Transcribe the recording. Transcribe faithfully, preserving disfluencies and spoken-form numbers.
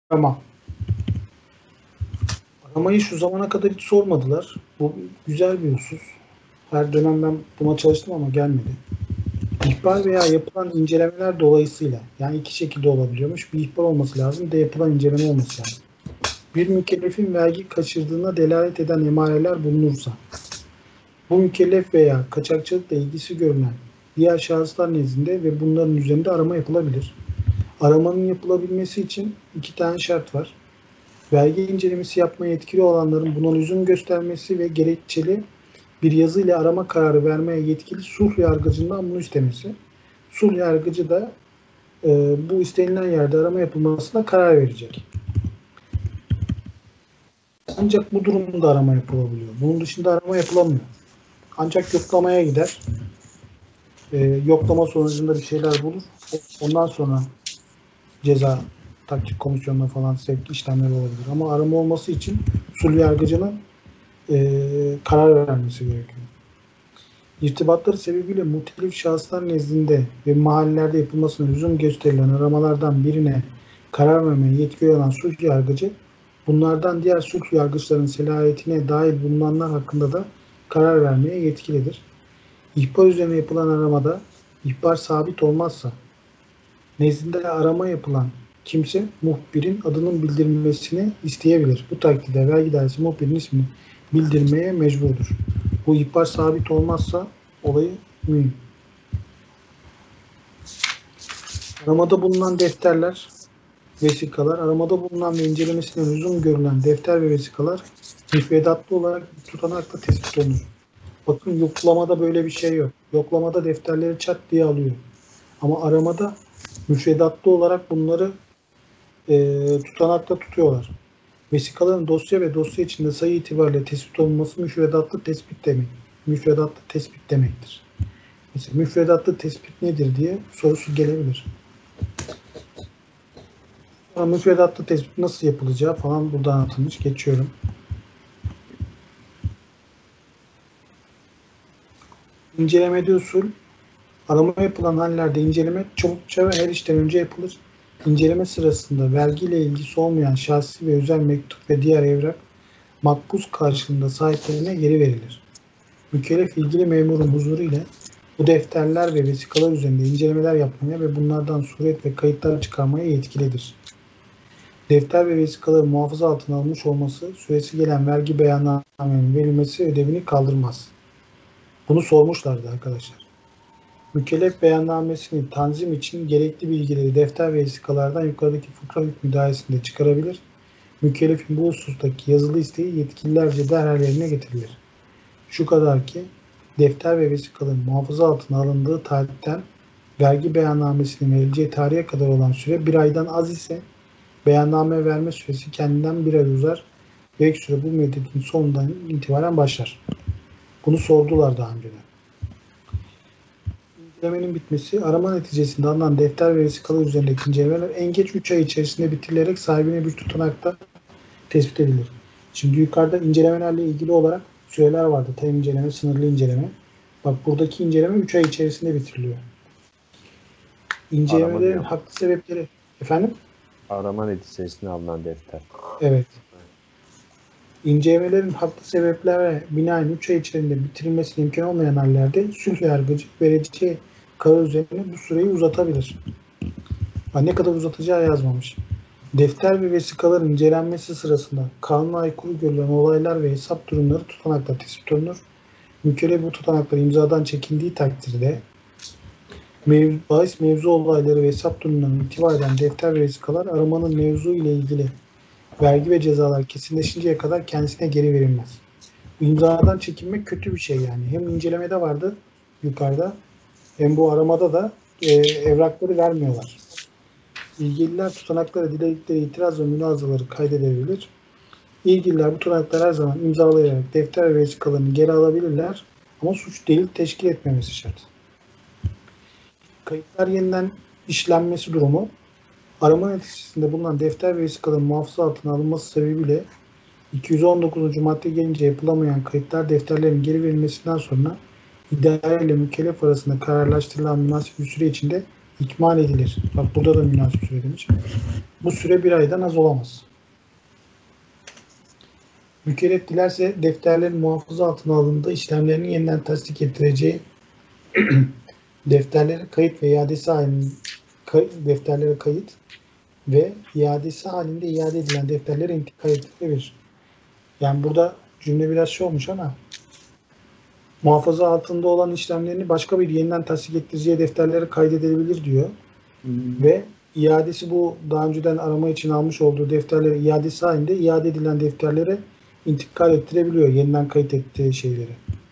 Tamam. Aramayı şu zamana kadar hiç sormadılar. Bu güzel bir husus. Her dönem ben buna çalıştım ama gelmedi. İhbar veya yapılan incelemeler dolayısıyla, yani iki şekilde olabiliyormuş. Bir ihbar olması lazım, bir de yapılan inceleme olması lazım. Bir mükellefin vergi kaçırdığına delalet eden emareler bulunursa, bu mükellef veya kaçakçılıkla ilgisi görülen diğer şahıslar nezdinde ve bunların üzerinde arama yapılabilir. Aramanın yapılabilmesi için iki tane şart var. Vergi incelemesi yapmaya yetkili olanların buna lüzum göstermesi ve gerekçeli bir yazı ile arama kararı vermeye yetkili sulh yargıcından bunu istemesi. Sulh yargıcı da e, bu istenilen yerde arama yapılmasına karar verecek. Ancak bu durumda arama yapılabiliyor. Bunun dışında arama yapılamıyor. Ancak yoklamaya gider. E, yoklama sonucunda bir şeyler bulur. Ondan sonra ceza takip komisyonuna falan sevk işlemleri olabilir. Ama arama olması için sulh yargıcının e, karar vermesi gerekiyor. İrtibatları sebebiyle muhtelif şahıslar nezdinde ve mahallelerde yapılmasına lüzum gösterilen aramalardan birine karar vermeye yetki olan sulh yargıcı, bunlardan diğer sulh yargıçlarının selahiyetine dahil bulunanlar hakkında da karar vermeye yetkilidir. İhbar üzerine yapılan aramada ihbar sabit olmazsa, nezdinde arama yapılan kimse muhbirin adının bildirilmesini isteyebilir. Bu takdirde vergi dairesi muhbirin ismini bildirmeye mecburdur. Bu ihbar sabit olmazsa olayı mühim. Aramada bulunan defterler, vesikalar, aramada bulunan ve incelemesine lüzum görülen defter ve vesikalar müfredatlı olarak tutanakla tespit olunur. Bakın yoklamada böyle bir şey yok. Yoklamada defterleri çat diye alıyor. Ama aramada müfredatlı olarak bunları e, tutanakla tutuyorlar. Vesikaların dosya ve dosya içinde sayı itibariyle tespit olunması müfredatlı tespit demek. Müfredatlı tespit demektir. Mesela müfredatlı tespit nedir diye sorusu gelebilir. Sonra müfredatlı tespit nasıl yapılacağı falan burada anlatılmış. Geçiyorum. İncelemede usul, arama yapılan hallerde inceleme çabukça ve her işten önce yapılır. İnceleme sırasında vergiyle ilgisi olmayan şahsi ve özel mektup ve diğer evrak makbuz karşılığında sahiplerine geri verilir. Mükellef ilgili memurun huzuru ile bu defterler ve vesikalar üzerinde incelemeler yapmaya ve bunlardan suret ve kayıtlar çıkarmaya yetkilidir. Defter ve vesikaların muhafaza altına alınmış olması, süresi gelen vergi beyannamenin verilmesi ödevini kaldırmaz. Bunu sormuşlardı arkadaşlar. Mükellef beyannamesini tanzim için gerekli bilgileri defter ve vesikalardan yukarıdaki fıkra hükmü dairesinde çıkarabilir. Mükellefin bu husustaki yazılı isteği yetkililerce derhal yerine getirilir. Şu kadar ki, defter ve vesikaların muhafaza altına alındığı tarihten vergi beyannamesinin verileceği tarihe kadar olan süre bir aydan az ise beyanname verme süresi kendinden bir ay uzar ve ek süre bu müddetin sonundan itibaren başlar. Bunu sordular daha önceden. İncelemenin bitmesi, arama neticesinde alınan defter ve vesikalar üzerindeki incelemeler en geç üç ay içerisinde bitirilerek sahibine bir tutanakta tespit edilir. Şimdi yukarıda incelemelerle ilgili olarak süreler vardı. Tam inceleme, sınırlı inceleme. Bak buradaki inceleme üç ay içerisinde bitiriliyor. İncelemelerin haklı sebepleri... Efendim? Arama neticesinde alınan defter. Evet. İncelemelerin haklı sebeplere binaen üç ay içerisinde bitirilmesi imkan olmayan hallerde sulh yargıcı vereceği karar üzerine bu süreyi uzatabilir. Ne kadar uzatacağı yazmamış. Defter ve vesikaların incelenmesi sırasında kanuna aykırı görülen olaylar ve hesap durumları tutanakla tespit olunur. Mükellef bu tutanakları imzadan çekindiği takdirde mev bahis mevzu olayları ve hesap durumlarına itibar eden defter ve vesikalar aramanın mevzu ile ilgili vergi ve cezalar kesinleşinceye kadar kendisine geri verilmez. Bu imzadan çekinmek kötü bir şey yani. Hem incelemede vardı yukarıda hem bu aramada da e, evrakları vermiyorlar. İlgililer tutanaklara diledikleri itiraz ve münazaları kaydedebilir. İlgililer bu tutanakları her zaman imzalayarak defter ve vesikalarını geri alabilirler ama suç delil teşkil etmemesi şart. Kayıtlar yeniden işlenmesi durumu, arama neticesinde bulunan defter ve vesikaların muhafaza altına alınması sebebiyle iki yüz on dokuzuncu madde gelince yapılamayan kayıtlar defterlerin geri verilmesinden sonra idare ile mükellef arasında kararlaştırılan münasip bir süre içinde ikmal edilir. Bak burada da münasip süre demiş. Bu süre bir aydan az olamaz. Mükellef dilerse defterlerin muhafaza altına alındığında işlemlerini yeniden tasdik ettireceği defterlere kayıt ve iadesi halinde kay, defterlere kayıt ve iadesi halinde iade edilen defterlere intikal edilebilir. Yani burada cümle biraz şey olmuş ama muhafaza altında olan işlemlerini başka bir yeniden tasdik ettireceği defterlere kaydedebilir diyor. Hmm. Ve iadesi bu daha önceden arama için almış olduğu defterlere iadesi halinde iade edilen defterlere intikal ettirebiliyor. Yeniden kayıt ettiği şeyleri.